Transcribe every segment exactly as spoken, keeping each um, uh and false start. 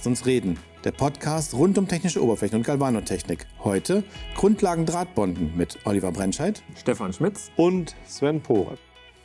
Lasst uns reden. Der Podcast rund um technische Oberflächen und Galvanotechnik. Heute Grundlagen Drahtbonden mit Oliver Brentscheid, Stefan Schmitz und Sven Pohre.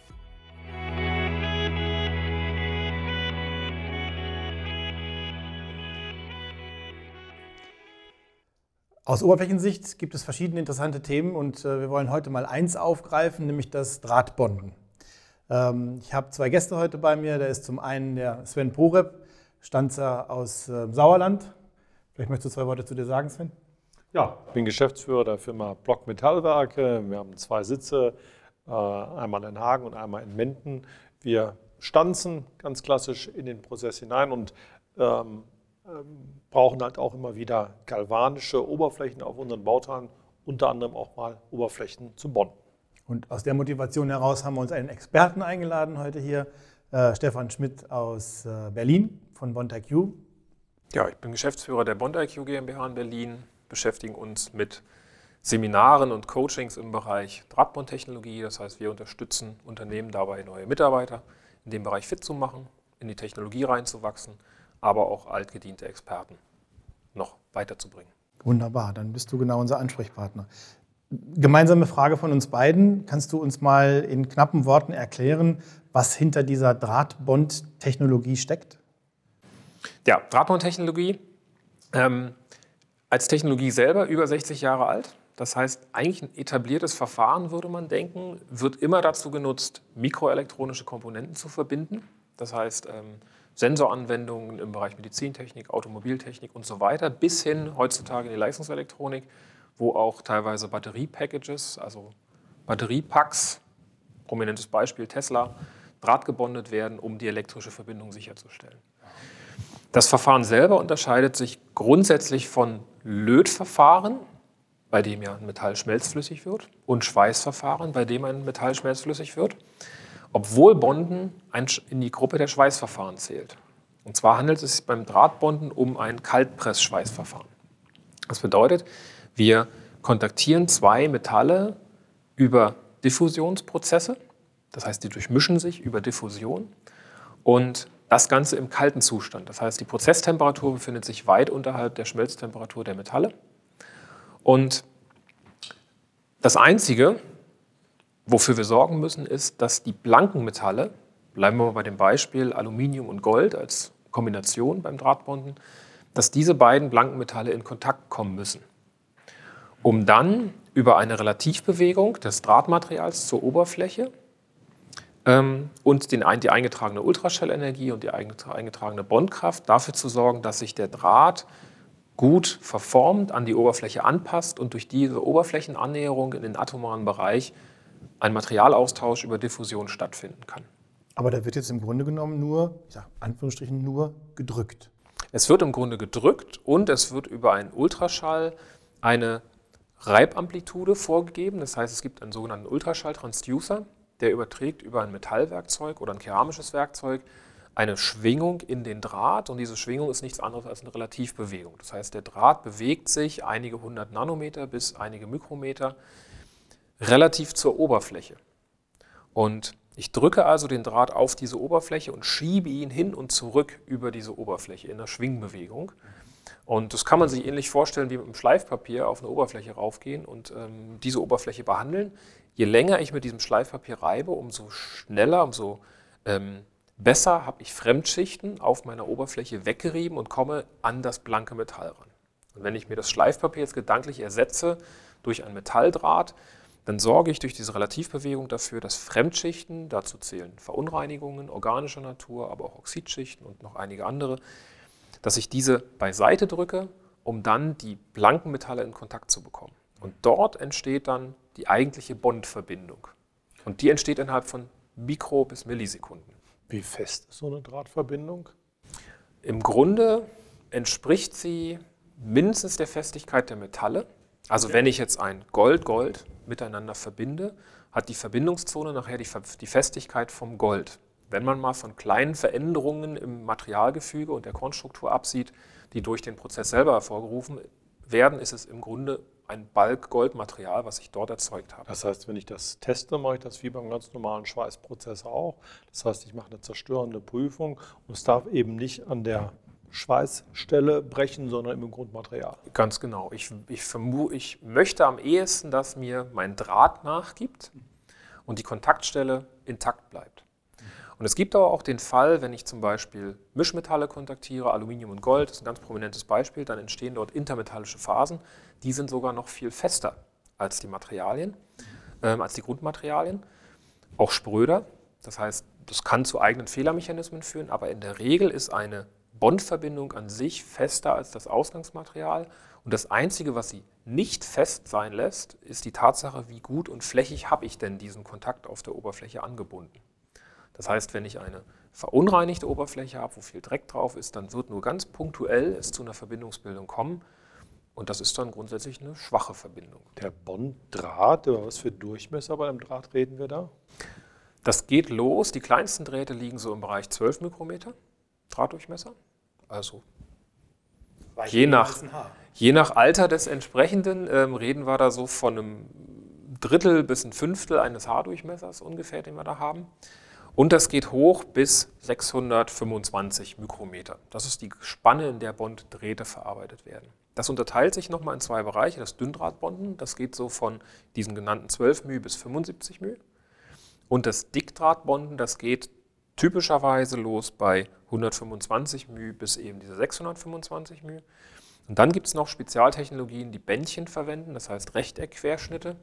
Aus Oberflächensicht gibt es verschiedene interessante Themen und äh, wir wollen heute mal eins aufgreifen, nämlich das Drahtbonden. Ähm, ich habe zwei Gäste heute bei mir. Da ist zum einen der Sven Pohre, Stanzer aus äh, Sauerland. Vielleicht möchtest du zwei Worte zu dir sagen, Sven? Ja, ich bin Geschäftsführer der Firma Block Metallwerke. Wir haben zwei Sitze, äh, einmal in Hagen und einmal in Menden. Wir stanzen ganz klassisch in den Prozess hinein und ähm, ähm, brauchen halt auch immer wieder galvanische Oberflächen auf unseren Bauteilen, unter anderem auch mal Oberflächen zu bonden. Und aus der Motivation heraus haben wir uns einen Experten eingeladen heute hier, äh, Stefan Schmidt aus äh, Berlin von BondIQ. Ja, ich bin Geschäftsführer der BondIQ GmbH in Berlin, beschäftigen uns mit Seminaren und Coachings im Bereich Drahtbondtechnologie. Das heißt, wir unterstützen Unternehmen dabei, neue Mitarbeiter in dem Bereich fit zu machen, in die Technologie reinzuwachsen, aber auch altgediente Experten noch weiterzubringen. Wunderbar, dann bist du genau unser Ansprechpartner. Gemeinsame Frage von uns beiden. Kannst du uns mal in knappen Worten erklären, was hinter dieser Drahtbondtechnologie steckt? Ja, Drahtbondtechnologie ähm, als Technologie selber über sechzig Jahre alt. Das heißt, eigentlich ein etabliertes Verfahren, würde man denken, wird immer dazu genutzt, mikroelektronische Komponenten zu verbinden. Das heißt, ähm, Sensoranwendungen im Bereich Medizintechnik, Automobiltechnik und so weiter, bis hin heutzutage in die Leistungselektronik, wo auch teilweise Batteriepackages, also Batteriepacks, prominentes Beispiel Tesla, drahtgebondet werden, um die elektrische Verbindung sicherzustellen. Das Verfahren selber unterscheidet sich grundsätzlich von Lötverfahren, bei dem ja ein Metall schmelzflüssig wird, und Schweißverfahren, bei dem ein Metall schmelzflüssig wird, obwohl Bonden in die Gruppe der Schweißverfahren zählt. Und zwar handelt es sich beim Drahtbonden um ein Kaltpress-Schweißverfahren. Das bedeutet, wir kontaktieren zwei Metalle über Diffusionsprozesse, das heißt, die durchmischen sich über Diffusion und das Ganze im kalten Zustand. Das heißt, die Prozesstemperatur befindet sich weit unterhalb der Schmelztemperatur der Metalle. Und das Einzige, wofür wir sorgen müssen, ist, dass die blanken Metalle, bleiben wir mal bei dem Beispiel Aluminium und Gold als Kombination beim Drahtbonden, dass diese beiden blanken Metalle in Kontakt kommen müssen, um dann über eine Relativbewegung des Drahtmaterials zur Oberfläche ähm, und den, die eingetragene Ultraschallenergie und die eingetragene Bondkraft dafür zu sorgen, dass sich der Draht gut verformt, an die Oberfläche anpasst und durch diese Oberflächenannäherung in den atomaren Bereich ein Materialaustausch über Diffusion stattfinden kann. Aber da wird jetzt im Grunde genommen nur, ich sage Anführungsstrichen, nur gedrückt. Es wird im Grunde gedrückt und es wird über einen Ultraschall eine Reibamplitude vorgegeben. Das heißt, es gibt einen sogenannten Ultraschalltransducer, der überträgt über ein Metallwerkzeug oder ein keramisches Werkzeug eine Schwingung in den Draht. Und diese Schwingung ist nichts anderes als eine Relativbewegung. Das heißt, der Draht bewegt sich einige hundert Nanometer bis einige Mikrometer relativ zur Oberfläche. Und ich drücke also den Draht auf diese Oberfläche und schiebe ihn hin und zurück über diese Oberfläche in einer Schwingbewegung. Und das kann man sich ähnlich vorstellen wie mit einem Schleifpapier auf eine Oberfläche raufgehen und ähm, diese Oberfläche behandeln. Je länger ich mit diesem Schleifpapier reibe, umso schneller, umso ähm, besser habe ich Fremdschichten auf meiner Oberfläche weggerieben und komme an das blanke Metall ran. Und wenn ich mir das Schleifpapier jetzt gedanklich ersetze durch ein Metalldraht, dann sorge ich durch diese Relativbewegung dafür, dass Fremdschichten, dazu zählen Verunreinigungen organischer Natur, aber auch Oxidschichten und noch einige andere, dass ich diese beiseite drücke, um dann die blanken Metalle in Kontakt zu bekommen. Und dort entsteht dann die eigentliche Bondverbindung. Und die entsteht innerhalb von Mikro- bis Millisekunden. Wie fest ist so eine Drahtverbindung? Im Grunde entspricht sie mindestens der Festigkeit der Metalle. Also okay. Wenn ich jetzt ein Gold-Gold miteinander verbinde, hat die Verbindungszone nachher die, die Festigkeit vom Gold. Wenn man mal von kleinen Veränderungen im Materialgefüge und der Kornstruktur absieht, die durch den Prozess selber hervorgerufen werden, ist es im Grunde ein Balk-Goldmaterial, was ich dort erzeugt habe. Das heißt, wenn ich das teste, mache ich das wie beim ganz normalen Schweißprozess auch. Das heißt, ich mache eine zerstörende Prüfung und es darf eben nicht an der Schweißstelle brechen, sondern im Grundmaterial. Ganz genau. Ich, ich, vermu- ich möchte am ehesten, dass mir mein Draht nachgibt und die Kontaktstelle intakt bleibt. Und es gibt aber auch den Fall, wenn ich zum Beispiel Mischmetalle kontaktiere, Aluminium und Gold, das ist ein ganz prominentes Beispiel, dann entstehen dort intermetallische Phasen, die sind sogar noch viel fester als die Materialien, ähm, als die Grundmaterialien, auch spröder. Das heißt, das kann zu eigenen Fehlermechanismen führen, aber in der Regel ist eine Bondverbindung an sich fester als das Ausgangsmaterial. Und das Einzige, was sie nicht fest sein lässt, ist die Tatsache, wie gut und flächig habe ich denn diesen Kontakt auf der Oberfläche angebunden. Das heißt, wenn ich eine verunreinigte Oberfläche habe, wo viel Dreck drauf ist, dann wird nur ganz punktuell es zu einer Verbindungsbildung kommen. Und das ist dann grundsätzlich eine schwache Verbindung. Der Bonddraht, über was für Durchmesser bei einem Draht reden wir da? Das geht los, die kleinsten Drähte liegen so im Bereich zwölf Mikrometer Drahtdurchmesser. Also je nach, je nach Alter des Entsprechenden ähm, reden wir da so von einem Drittel bis ein Fünftel eines Haardurchmessers ungefähr, den wir da haben. Und das geht hoch bis sechshundertfünfundzwanzig Mikrometer. Das ist die Spanne, in der Bonddrähte verarbeitet werden. Das unterteilt sich nochmal in zwei Bereiche. Das Dünndrahtbonden, das geht so von diesen genannten zwölf μ bis fünfundsiebzig μ. Und das Dickdrahtbonden, das geht typischerweise los bei hundertfünfundzwanzig μ bis eben diese sechshundertfünfundzwanzig μ. Und dann gibt es noch Spezialtechnologien, die Bändchen verwenden, das heißt Rechteckquerschnitte.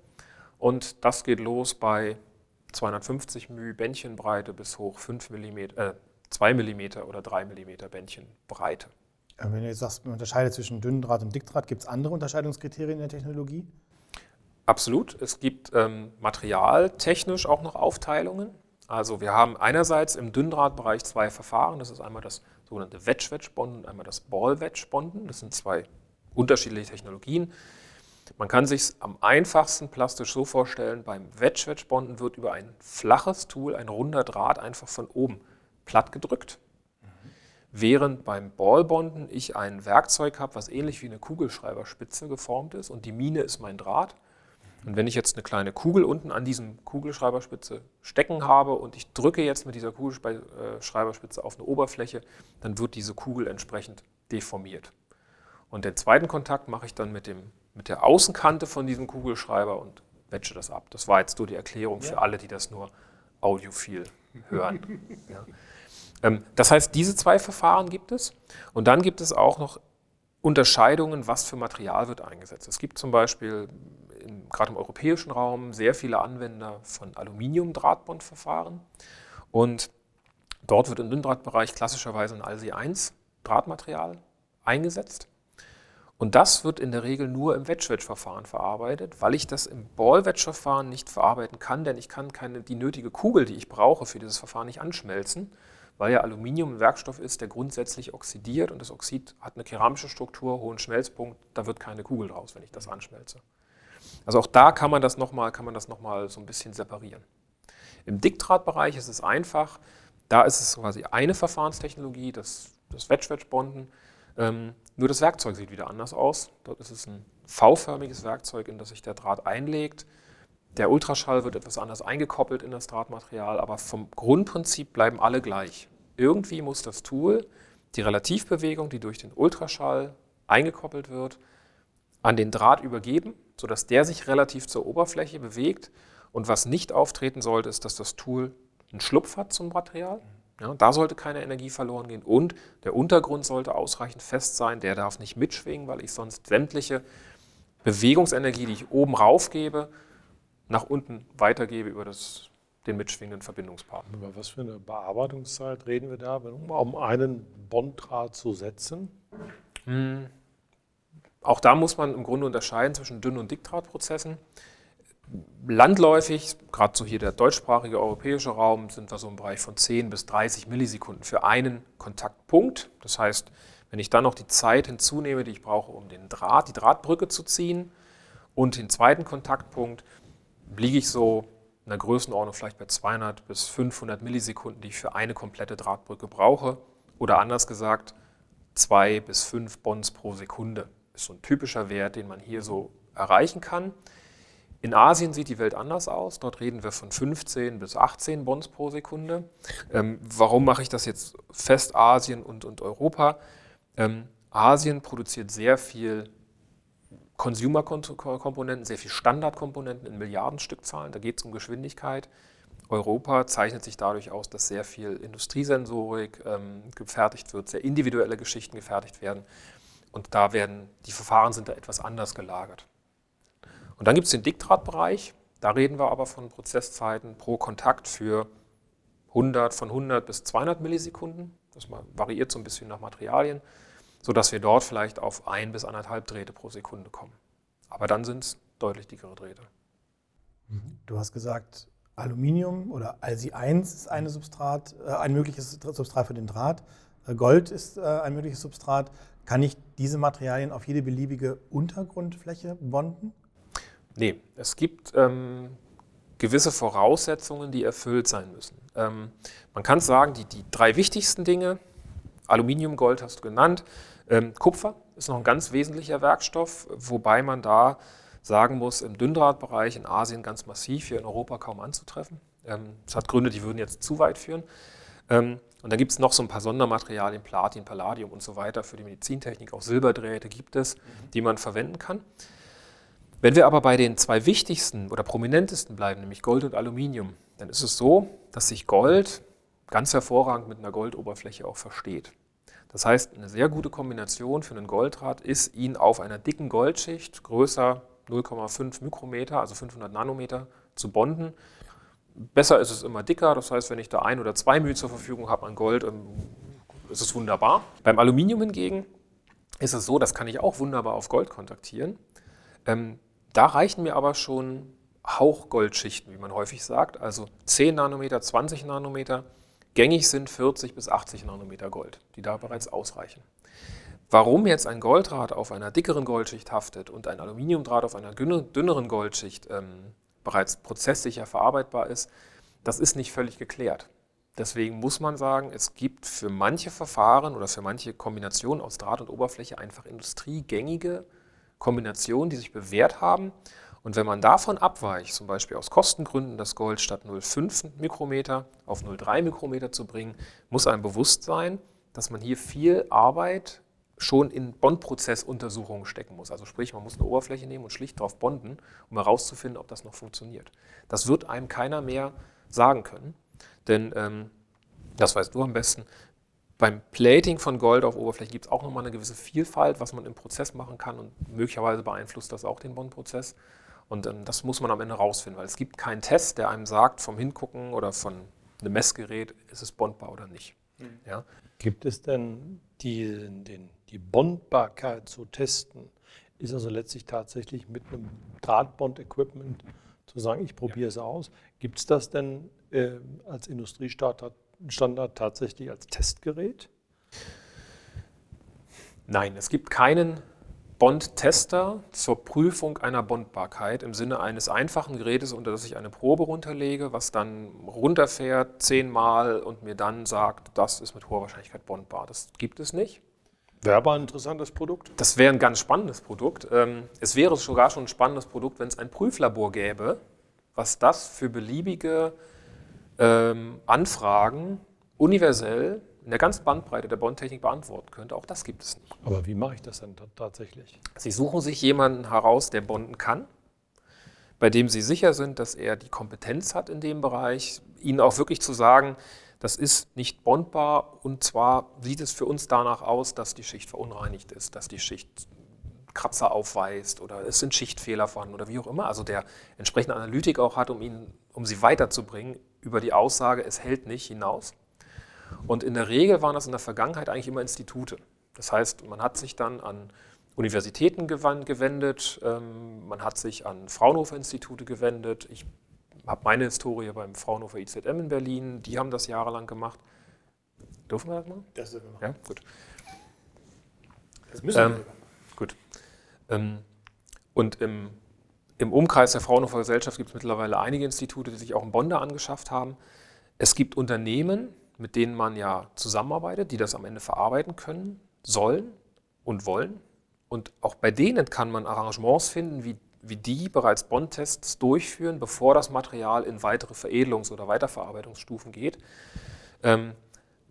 Und das geht los bei zweihundertfünfzig μ Bändchenbreite bis hoch fünf Millimeter, äh, zwei Millimeter oder drei Millimeter Bändchenbreite. Wenn du jetzt sagst, man unterscheidet zwischen Dünndraht und Dickdraht, gibt es andere Unterscheidungskriterien in der Technologie? Absolut. Es gibt ähm, materialtechnisch auch noch Aufteilungen. Also wir haben einerseits im Dünndrahtbereich zwei Verfahren. Das ist einmal das sogenannte Wedge-Wedge-Bonden und einmal das Ball-Wedge-Bonden. Das sind zwei unterschiedliche Technologien. Man kann sich es am einfachsten plastisch so vorstellen, beim Wedge-Wedge-Bonden wird über ein flaches Tool, ein runder Draht, einfach von oben platt gedrückt. Mhm. Während beim Ball-Bonden ich ein Werkzeug habe, was ähnlich wie eine Kugelschreiberspitze geformt ist und die Mine ist mein Draht. Und wenn ich jetzt eine kleine Kugel unten an diesem Kugelschreiberspitze stecken habe und ich drücke jetzt mit dieser Kugelschreiberspitze auf eine Oberfläche, dann wird diese Kugel entsprechend deformiert. Und den zweiten Kontakt mache ich dann mit, dem, mit der Außenkante von diesem Kugelschreiber und wedge das ab. Das war jetzt nur die Erklärung für alle, die das nur audiophil hören. Ja. Ähm, das heißt, diese zwei Verfahren gibt es. Und dann gibt es auch noch Unterscheidungen, was für Material wird eingesetzt. Es gibt zum Beispiel im, gerade im europäischen Raum sehr viele Anwender von Aluminium-Drahtbondverfahren. Und dort wird im Dünndrahtbereich klassischerweise ein A L S I eins Drahtmaterial eingesetzt. Und das wird in der Regel nur im Wedge-Wedge-Verfahren verarbeitet, weil ich das im Ball-Wedge-Verfahren nicht verarbeiten kann, denn ich kann keine, die nötige Kugel, die ich brauche für dieses Verfahren, nicht anschmelzen, weil ja Aluminium ein Werkstoff ist, der grundsätzlich oxidiert und das Oxid hat eine keramische Struktur, hohen Schmelzpunkt, da wird keine Kugel draus, wenn ich das anschmelze. Also auch da kann man das nochmal kann man das noch mal so ein bisschen separieren. Im Dickdrahtbereich ist es einfach, da ist es quasi eine Verfahrenstechnologie, das, das Wedge-Wedge-Bonden. Ähm, nur das Werkzeug sieht wieder anders aus. Dort ist es ein V-förmiges Werkzeug, in das sich der Draht einlegt. Der Ultraschall wird etwas anders eingekoppelt in das Drahtmaterial, aber vom Grundprinzip bleiben alle gleich. Irgendwie muss das Tool die Relativbewegung, die durch den Ultraschall eingekoppelt wird, an den Draht übergeben, sodass der sich relativ zur Oberfläche bewegt. Und was nicht auftreten sollte, ist, dass das Tool einen Schlupf hat zum Material. Ja, da sollte keine Energie verloren gehen und der Untergrund sollte ausreichend fest sein, der darf nicht mitschwingen, weil ich sonst sämtliche Bewegungsenergie, die ich oben rauf gebe, nach unten weitergebe über das, den mitschwingenden Verbindungspartner. Über was für eine Bearbeitungszeit reden wir da, um einen Bonddraht zu setzen? Hm. Auch da muss man im Grunde unterscheiden zwischen Dünn- und Dickdrahtprozessen. Landläufig, gerade so hier der deutschsprachige europäische Raum, sind wir so im Bereich von zehn bis dreißig Millisekunden für einen Kontaktpunkt. Das heißt, wenn ich dann noch die Zeit hinzunehme, die ich brauche, um den Draht, die Drahtbrücke zu ziehen und den zweiten Kontaktpunkt, liege ich so in der Größenordnung vielleicht bei zweihundert bis fünfhundert Millisekunden, die ich für eine komplette Drahtbrücke brauche. Oder anders gesagt, zwei bis fünf Bonds pro Sekunde. Das ist so ein typischer Wert, den man hier so erreichen kann. In Asien sieht die Welt anders aus. Dort reden wir von fünfzehn bis achtzehn Bonds pro Sekunde. Ähm, warum mache ich das jetzt fest, Asien und, und Europa? Ähm, Asien produziert sehr viel Consumer-Komponenten, sehr viel Standardkomponenten in Milliardenstückzahlen. Da geht es um Geschwindigkeit. Europa zeichnet sich dadurch aus, dass sehr viel Industriesensorik ähm, gefertigt wird, sehr individuelle Geschichten gefertigt werden. Und da werden, die Verfahren sind da etwas anders gelagert. Und dann gibt es den Dickdrahtbereich. Da reden wir aber von Prozesszeiten pro Kontakt für hundert, von hundert bis zweihundert Millisekunden. Das variiert so ein bisschen nach Materialien, sodass wir dort vielleicht auf ein bis anderthalb Drähte pro Sekunde kommen. Aber dann sind es deutlich dickere Drähte. Du hast gesagt, Aluminium oder A L S I eins ist eine Substrat, äh, ein mögliches Substrat für den Draht. Äh, Gold ist äh, ein mögliches Substrat. Kann ich diese Materialien auf jede beliebige Untergrundfläche bonden? Nee, es gibt ähm, gewisse Voraussetzungen, die erfüllt sein müssen. Ähm, man kann sagen, die, die drei wichtigsten Dinge, Aluminium, Gold hast du genannt, ähm, Kupfer ist noch ein ganz wesentlicher Werkstoff, wobei man da sagen muss, im Dünndrahtbereich in Asien ganz massiv, hier in Europa kaum anzutreffen. Ähm, das hat Gründe, die würden jetzt zu weit führen. Ähm, und dann gibt es noch so ein paar Sondermaterialien, Platin, Palladium und so weiter für die Medizintechnik, auch Silberdrähte gibt es, mhm. die man verwenden kann. Wenn wir aber bei den zwei wichtigsten oder prominentesten bleiben, nämlich Gold und Aluminium, dann ist es so, dass sich Gold ganz hervorragend mit einer Goldoberfläche auch versteht. Das heißt, eine sehr gute Kombination für einen Golddraht ist, ihn auf einer dicken Goldschicht, größer null Komma fünf Mikrometer, also fünfhundert Nanometer, zu bonden. Besser ist es immer dicker, das heißt, wenn ich da ein oder zwei μ zur Verfügung habe an Gold, ist es wunderbar. Beim Aluminium hingegen ist es so, das kann ich auch wunderbar auf Gold kontaktieren. Ähm, da reichen mir aber schon Hauchgoldschichten, wie man häufig sagt, also zehn Nanometer, zwanzig Nanometer. Gängig sind vierzig bis achtzig Nanometer Gold, die da bereits ausreichen. Warum jetzt ein Golddraht auf einer dickeren Goldschicht haftet und ein Aluminiumdraht auf einer dünneren Goldschicht ähm, bereits prozesssicher verarbeitbar ist, das ist nicht völlig geklärt. Deswegen muss man sagen, es gibt für manche Verfahren oder für manche Kombinationen aus Draht und Oberfläche einfach industriegängige Kombinationen, die sich bewährt haben. Und wenn man davon abweicht, zum Beispiel aus Kostengründen, das Gold statt null Komma fünf Mikrometer auf null Komma drei Mikrometer zu bringen, muss einem bewusst sein, dass man hier viel Arbeit schon in Bondprozessuntersuchungen stecken muss. Also sprich, man muss eine Oberfläche nehmen und schlicht drauf bonden, um herauszufinden, ob das noch funktioniert. Das wird einem keiner mehr sagen können, denn ähm, das weißt du am besten. Beim Plating von Gold auf Oberfläche gibt es auch nochmal eine gewisse Vielfalt, was man im Prozess machen kann und möglicherweise beeinflusst das auch den Bondprozess. Und ähm, das muss man am Ende rausfinden, weil es gibt keinen Test, der einem sagt, vom Hingucken oder von einem Messgerät, ist es bondbar oder nicht. Mhm. Ja? Gibt es denn die, den, die Bondbarkeit zu testen? Ist also letztlich tatsächlich mit einem Drahtbond-Equipment zu sagen, ich probiere ja. es aus. Gibt es das denn äh, als Industriestandard Standard tatsächlich als Testgerät? Nein, es gibt keinen Bond-Tester zur Prüfung einer Bondbarkeit im Sinne eines einfachen Gerätes, unter das ich eine Probe runterlege, was dann runterfährt zehnmal und mir dann sagt, das ist mit hoher Wahrscheinlichkeit bondbar. Das gibt es nicht. Wäre aber ein interessantes Produkt. Das wäre ein ganz spannendes Produkt. Es wäre sogar schon ein spannendes Produkt, wenn es ein Prüflabor gäbe, was das für beliebige ähm, Anfragen universell in der ganzen Bandbreite der Bondtechnik beantworten könnte. Auch das gibt es nicht. Aber wie mache ich das denn tatsächlich? Sie suchen sich jemanden heraus, der bonden kann, bei dem Sie sicher sind, dass er die Kompetenz hat in dem Bereich, Ihnen auch wirklich zu sagen, das ist nicht bondbar und zwar sieht es für uns danach aus, dass die Schicht verunreinigt ist, dass die Schicht Kratzer aufweist oder es sind Schichtfehler vorhanden oder wie auch immer. Also der entsprechende Analytik auch hat, um, ihn, um sie weiterzubringen über die Aussage, es hält nicht hinaus. Und in der Regel waren das in der Vergangenheit eigentlich immer Institute. Das heißt, man hat sich dann an Universitäten gewendet, man hat sich an Fraunhofer-Institute gewendet. Ich habe meine Historie beim Fraunhofer I Z M in Berlin, die haben das jahrelang gemacht. Dürfen wir das mal? Das dürfen wir machen. Ja, gut. Das müssen wir ähm, Gut. Ähm, und im, im Umkreis der Fraunhofer Gesellschaft gibt es mittlerweile einige Institute, die sich auch einen Bonder angeschafft haben. Es gibt Unternehmen, mit denen man ja zusammenarbeitet, die das am Ende verarbeiten können, sollen und wollen. Und auch bei denen kann man Arrangements finden, wie, wie die bereits Bondtests durchführen, bevor das Material in weitere Veredelungs- oder Weiterverarbeitungsstufen geht. Ähm,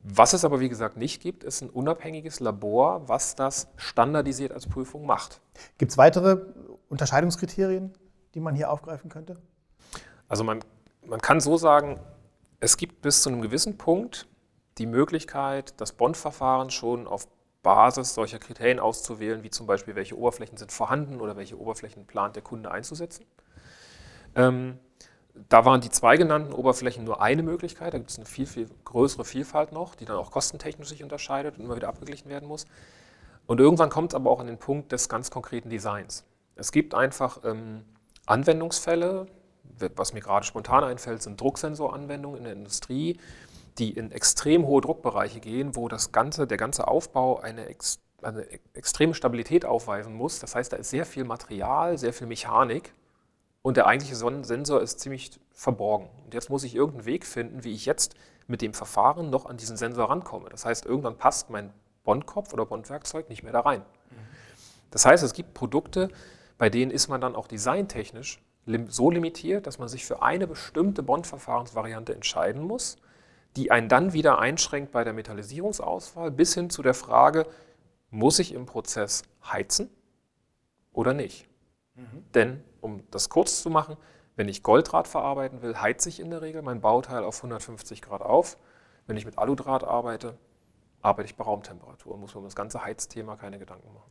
Was es aber, wie gesagt, nicht gibt, ist ein unabhängiges Labor, was das standardisiert als Prüfung macht. Gibt es weitere Unterscheidungskriterien, die man hier aufgreifen könnte? Also man, man kann so sagen, es gibt bis zu einem gewissen Punkt die Möglichkeit, das Bondverfahren schon auf Basis solcher Kriterien auszuwählen, wie zum Beispiel, welche Oberflächen sind vorhanden oder welche Oberflächen plant der Kunde einzusetzen. Ähm, Da waren die zwei genannten Oberflächen nur eine Möglichkeit. Da gibt es eine viel, viel größere Vielfalt noch, die dann auch kostentechnisch sich unterscheidet und immer wieder abgeglichen werden muss. Und irgendwann kommt es aber auch an den Punkt des ganz konkreten Designs. Es gibt einfach ähm, Anwendungsfälle, was mir gerade spontan einfällt, sind Drucksensoranwendungen in der Industrie, die in extrem hohe Druckbereiche gehen, wo das ganze, der ganze Aufbau eine, ex, eine extreme Stabilität aufweisen muss. Das heißt, da ist sehr viel Material, sehr viel Mechanik. Und der eigentliche Sensor ist ziemlich verborgen. Und jetzt muss ich irgendeinen Weg finden, wie ich jetzt mit dem Verfahren noch an diesen Sensor rankomme. Das heißt, irgendwann passt mein Bondkopf oder Bondwerkzeug nicht mehr da rein. Das heißt, es gibt Produkte, bei denen ist man dann auch designtechnisch so limitiert, dass man sich für eine bestimmte Bondverfahrensvariante entscheiden muss, die einen dann wieder einschränkt bei der Metallisierungsauswahl, bis hin zu der Frage, muss ich im Prozess heizen oder nicht? Mhm. Denn, um das kurz zu machen, wenn ich Golddraht verarbeiten will, heize ich in der Regel mein Bauteil auf hundertfünfzig Grad auf. Wenn ich mit Aludraht arbeite, arbeite ich bei Raumtemperatur und muss mir um das ganze Heizthema keine Gedanken machen.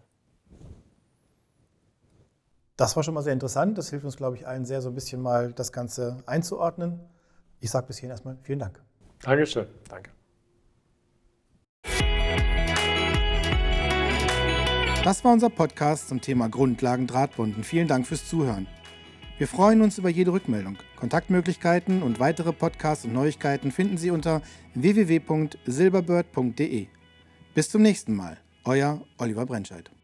Das war schon mal sehr interessant. Das hilft uns, glaube ich, allen sehr, so ein bisschen mal das Ganze einzuordnen. Ich sage bis hierhin erstmal vielen Dank. Dankeschön. Danke. Das war unser Podcast zum Thema Grundlagen Drahtbonden. Vielen Dank fürs Zuhören. Wir freuen uns über jede Rückmeldung. Kontaktmöglichkeiten und weitere Podcasts und Neuigkeiten finden Sie unter w w w punkt silberbird punkt d e. Bis zum nächsten Mal. Euer Oliver Brentscheid.